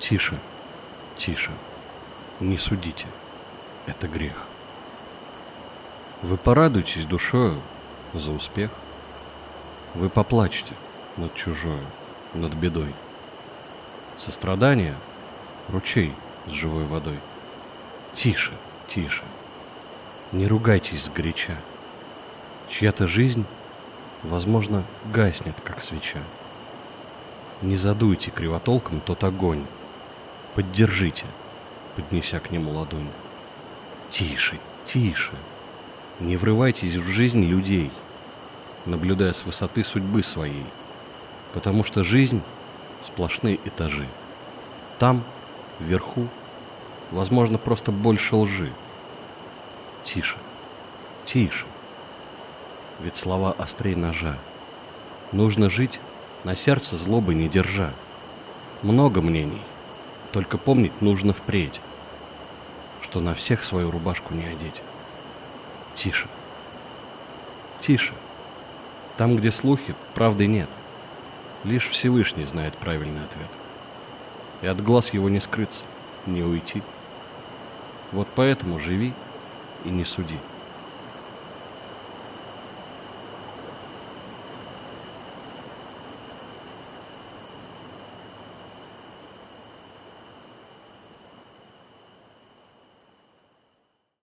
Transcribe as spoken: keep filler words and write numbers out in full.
Тише, тише, не судите, это грех. Вы порадуйтесь душою за успех, вы поплачьте над чужою, над бедой. Сострадание — ручей с живой водой. Тише, тише, не ругайтесь сгоряча. Чья-то жизнь, возможно, гаснет, как свеча. Не задуйте кривотолком тот огонь, поддержите, поднеся к нему ладонь. Тише, тише, не врывайтесь в жизнь людей, наблюдая с высоты судьбы своей, потому что жизнь — сплошные этажи. Там, вверху, возможно, просто больше лжи. Тише, тише, ведь слова острей ножа. Нужно жить, на сердце злобы не держа. Много мнений, только помнить нужно впредь, что на всех свою рубашку не одеть. Тише, тише, там, где слухи, правды нет. Лишь Всевышний знает правильный ответ. И от глаз его не скрыться, не уйти. Вот поэтому живи и не суди.